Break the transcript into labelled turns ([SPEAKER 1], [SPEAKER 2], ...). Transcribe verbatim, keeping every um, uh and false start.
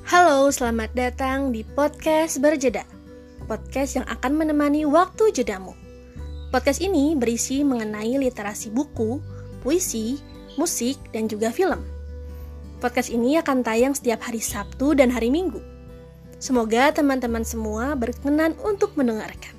[SPEAKER 1] Halo, selamat datang di Podcast Berjeda. Podcast yang akan menemani waktu jedamu. Podcast ini berisi mengenai literasi buku, puisi, musik, dan juga film. Podcast ini akan tayang setiap hari Sabtu dan hari Minggu. Semoga teman-teman semua berkenan untuk mendengarkan.